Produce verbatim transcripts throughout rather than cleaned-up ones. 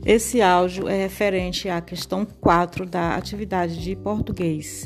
Esse áudio é referente à questão quatro da atividade de português.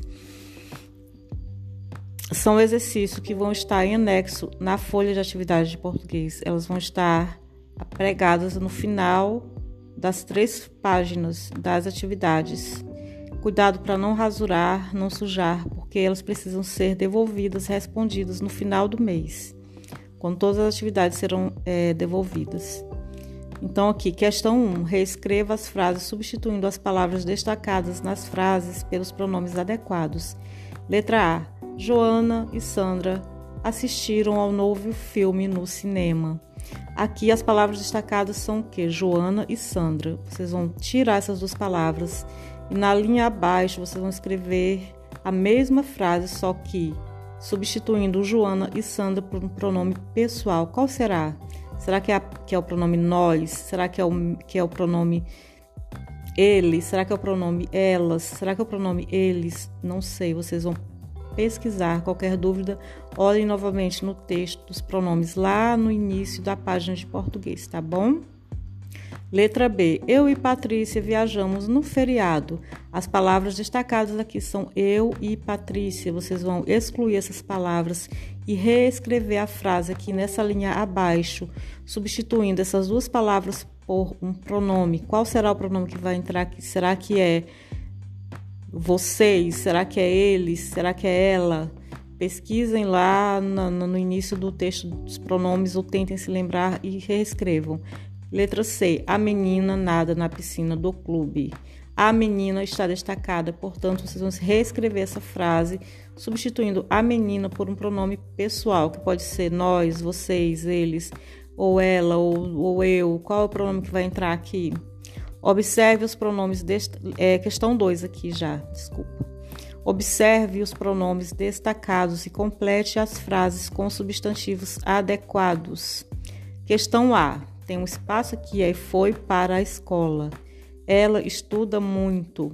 São exercícios que vão estar em anexo na folha de atividade de português. Elas vão estar pregadas no final das três páginas das atividades. Cuidado para não rasurar, não sujar, porque elas precisam ser devolvidas, respondidas no final do mês, quando todas as atividades serão é, devolvidas. Então aqui, questão um, reescreva as frases substituindo as palavras destacadas nas frases pelos pronomes adequados. Letra A. Joana e Sandra assistiram ao novo filme no cinema. Aqui as palavras destacadas são o quê? Joana e Sandra. Vocês vão tirar essas duas palavras e na linha abaixo vocês vão escrever a mesma frase, só que substituindo Joana e Sandra por um pronome pessoal. Qual será? Será que é, a, que é o pronome nós? Será que é o, que é o pronome ele? Será que é o pronome elas? Será que é o pronome eles? Não sei, vocês vão pesquisar. Qualquer dúvida, olhem novamente no texto dos pronomes lá no início da página de português, tá bom? Letra B. Eu e Patrícia viajamos no feriado. As palavras destacadas aqui são eu e Patrícia. Vocês vão excluir essas palavras e reescrever a frase aqui nessa linha abaixo, substituindo essas duas palavras por um pronome. Qual será o pronome que vai entrar aqui? Será que é vocês? Será que é eles? Será que é ela? Pesquisem lá no, no início do texto dos pronomes ou tentem se lembrar e reescrevam. Letra C. A menina nada na piscina do clube. A menina está destacada, portanto, vocês vão reescrever essa frase, substituindo a menina por um pronome pessoal, que pode ser nós, vocês, eles, ou ela, ou, ou eu. Qual é o pronome que vai entrar aqui? Observe os pronomes, dest... é, questão dois aqui já, desculpa. Observe os pronomes destacados e complete as frases com substantivos adequados. Questão A. Tem um espaço aqui, aí foi para a escola. Ela estuda muito.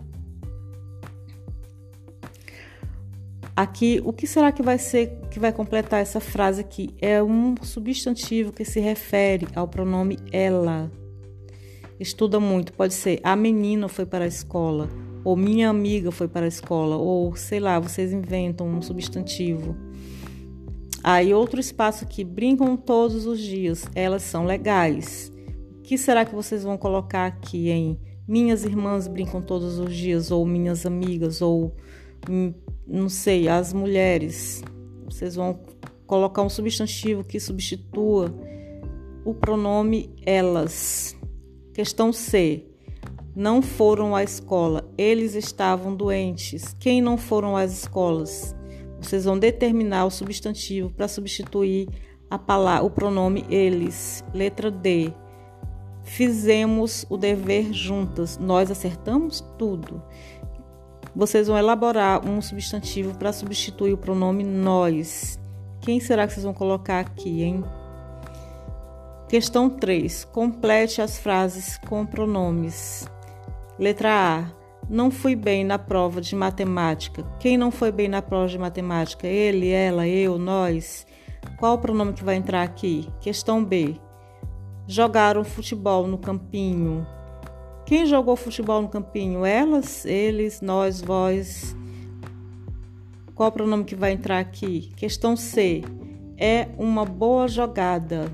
Aqui, o que será que vai ser, que vai completar essa frase aqui? É um substantivo que se refere ao pronome ela. Estuda muito, pode ser a menina foi para a escola, ou minha amiga foi para a escola, ou sei lá, vocês inventam um substantivo. Aí outro espaço aqui, brincam todos os dias, elas são legais. O que será que vocês vão colocar aqui, hein? Minhas irmãs brincam todos os dias, ou minhas amigas, ou não sei, as mulheres. Vocês vão colocar um substantivo que substitua o pronome elas. Questão C. Não foram à escola, eles estavam doentes. Quem não foram às escolas? Vocês vão determinar o substantivo para substituir a palavra, o pronome eles. Letra D. Fizemos o dever juntas. Nós acertamos tudo. Vocês vão elaborar um substantivo para substituir o pronome nós. Quem será que vocês vão colocar aqui, hein? Questão três. Complete as frases com pronomes. Letra A. Não fui bem na prova de matemática. Quem não foi bem na prova de matemática? Ele, ela, eu, nós. Qual o pronome que vai entrar aqui? Questão B. Jogaram futebol no campinho. Quem jogou futebol no campinho? Elas, eles, nós, vós. Qual o pronome que vai entrar aqui? Questão C. É uma boa jogada.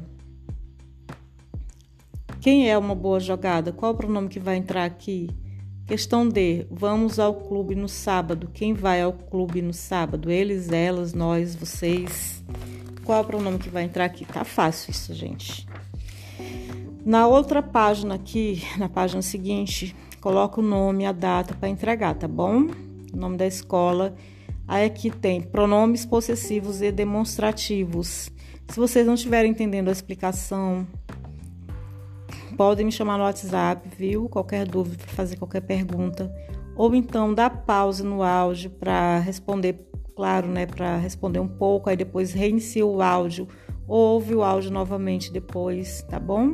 Quem é uma boa jogada? Qual o pronome que vai entrar aqui? Questão D. Vamos ao clube no sábado. Quem vai ao clube no sábado? Eles, elas, nós, vocês. Qual é o pronome que vai entrar aqui? Tá fácil isso, gente. Na outra página aqui, na página seguinte, coloca o nome, a data para entregar, tá bom? O nome da escola. Aí aqui tem pronomes possessivos e demonstrativos. Se vocês não estiverem entendendo a explicação, podem me chamar no WhatsApp, viu? Qualquer dúvida, para fazer qualquer pergunta. Ou então dá pausa no áudio para responder, claro, né? Para responder um pouco, aí depois reinicia o áudio, ou ouve o áudio novamente depois, tá bom?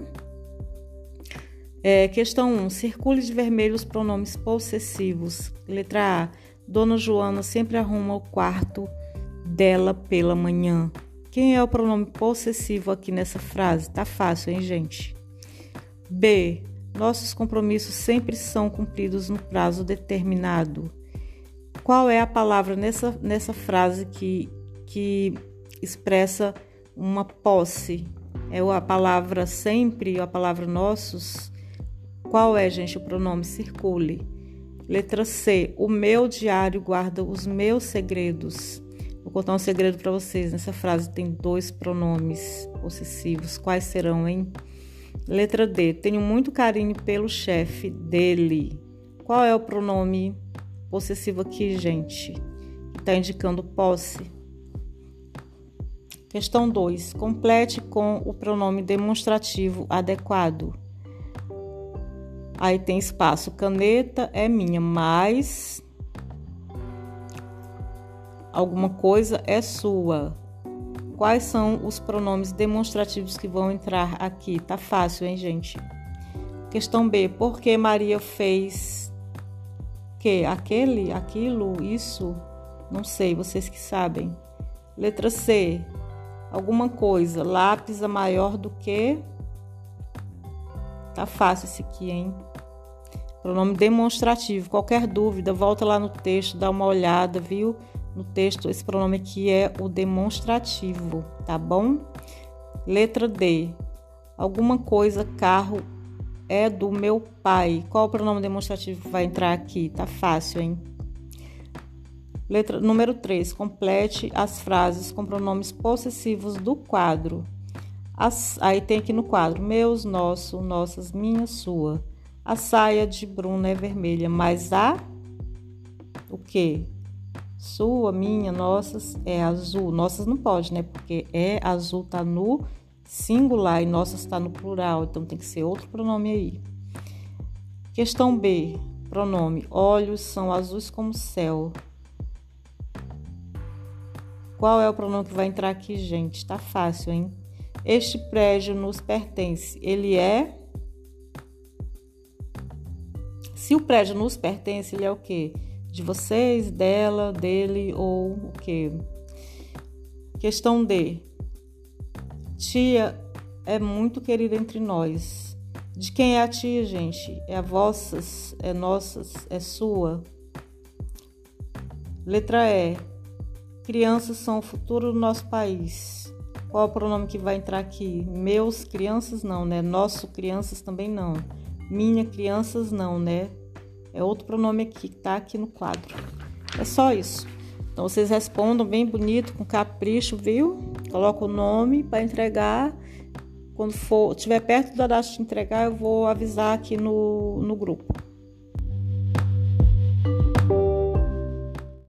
É, questão um. Circule de vermelho os pronomes possessivos. Letra A. Dona Joana sempre arruma o quarto dela pela manhã. Quem é o pronome possessivo aqui nessa frase? Tá fácil, hein, gente? B. Nossos compromissos sempre são cumpridos no prazo determinado. Qual é a palavra nessa, nessa frase que, que expressa uma posse? É a palavra sempre ou a palavra nossos? Qual é, gente, o pronome? Circule. Letra C. O meu diário guarda os meus segredos. Vou contar um segredo para vocês. Nessa frase tem dois pronomes possessivos. Quais serão, hein? Letra D. Tenho muito carinho pelo chefe dele. Qual é o pronome possessivo aqui, gente? Está indicando posse. Questão dois. Complete com o pronome demonstrativo adequado. Aí tem espaço. Caneta é minha, mas alguma coisa é sua. Quais são os pronomes demonstrativos que vão entrar aqui? Tá fácil, hein, gente? Questão B. Por que Maria fez que? Aquele, aquilo, isso? Não sei, vocês que sabem. Letra C. Alguma coisa. Lápis é maior do que... Tá fácil esse aqui, hein? Pronome demonstrativo. Qualquer dúvida, volta lá no texto, dá uma olhada, viu? No texto, esse pronome aqui é o demonstrativo, tá bom? Letra D. Alguma coisa, carro, é do meu pai. Qual o pronome demonstrativo que vai entrar aqui? Tá fácil, hein? Letra número três. Complete as frases com pronomes possessivos do quadro. As, aí tem aqui no quadro, meus, nosso, nossas, minha, sua. A saia de Bruna é vermelha, mas a... O quê? Sua, minha, nossas é azul. Nossas não pode, né? Porque é azul tá no singular e nossas tá no plural. Então tem que ser outro pronome aí. Questão B. Pronome. Olhos são azuis como céu. Qual é o pronome que vai entrar aqui, gente? Tá fácil, hein? Este prédio nos pertence. Ele é... Se o prédio nos pertence, ele é o quê? De vocês, dela, dele ou o quê? Questão D. Tia é muito querida entre nós. De quem é a tia, gente? É a vossas? É nossas? É sua? Letra E. Crianças são o futuro do nosso país. Qual é o pronome que vai entrar aqui? Meus crianças não, né? Nosso crianças também não. Minha crianças não, né? É outro pronome aqui que tá aqui no quadro. É só isso. Então vocês respondam bem bonito, com capricho, viu? Coloca o nome para entregar. Quando for, estiver perto da data de entregar, eu vou avisar aqui no, no grupo.